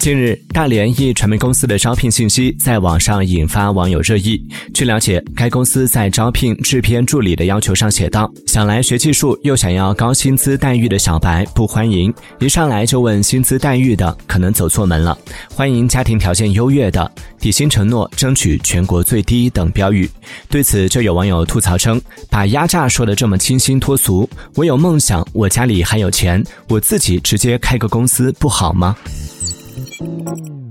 近日，大连一传媒公司的招聘信息在网上引发网友热议。据了解，该公司在招聘制片助理的要求上写道：想来学技术又想要高薪资待遇的小白不欢迎，一上来就问薪资待遇的可能走错门了，欢迎家庭条件优越的，底薪承诺争取全国最低等标语。对此，就有网友吐槽称，把压榨说得这么清新脱俗，我有梦想，我家里还有钱，我自己直接开个公司不好吗？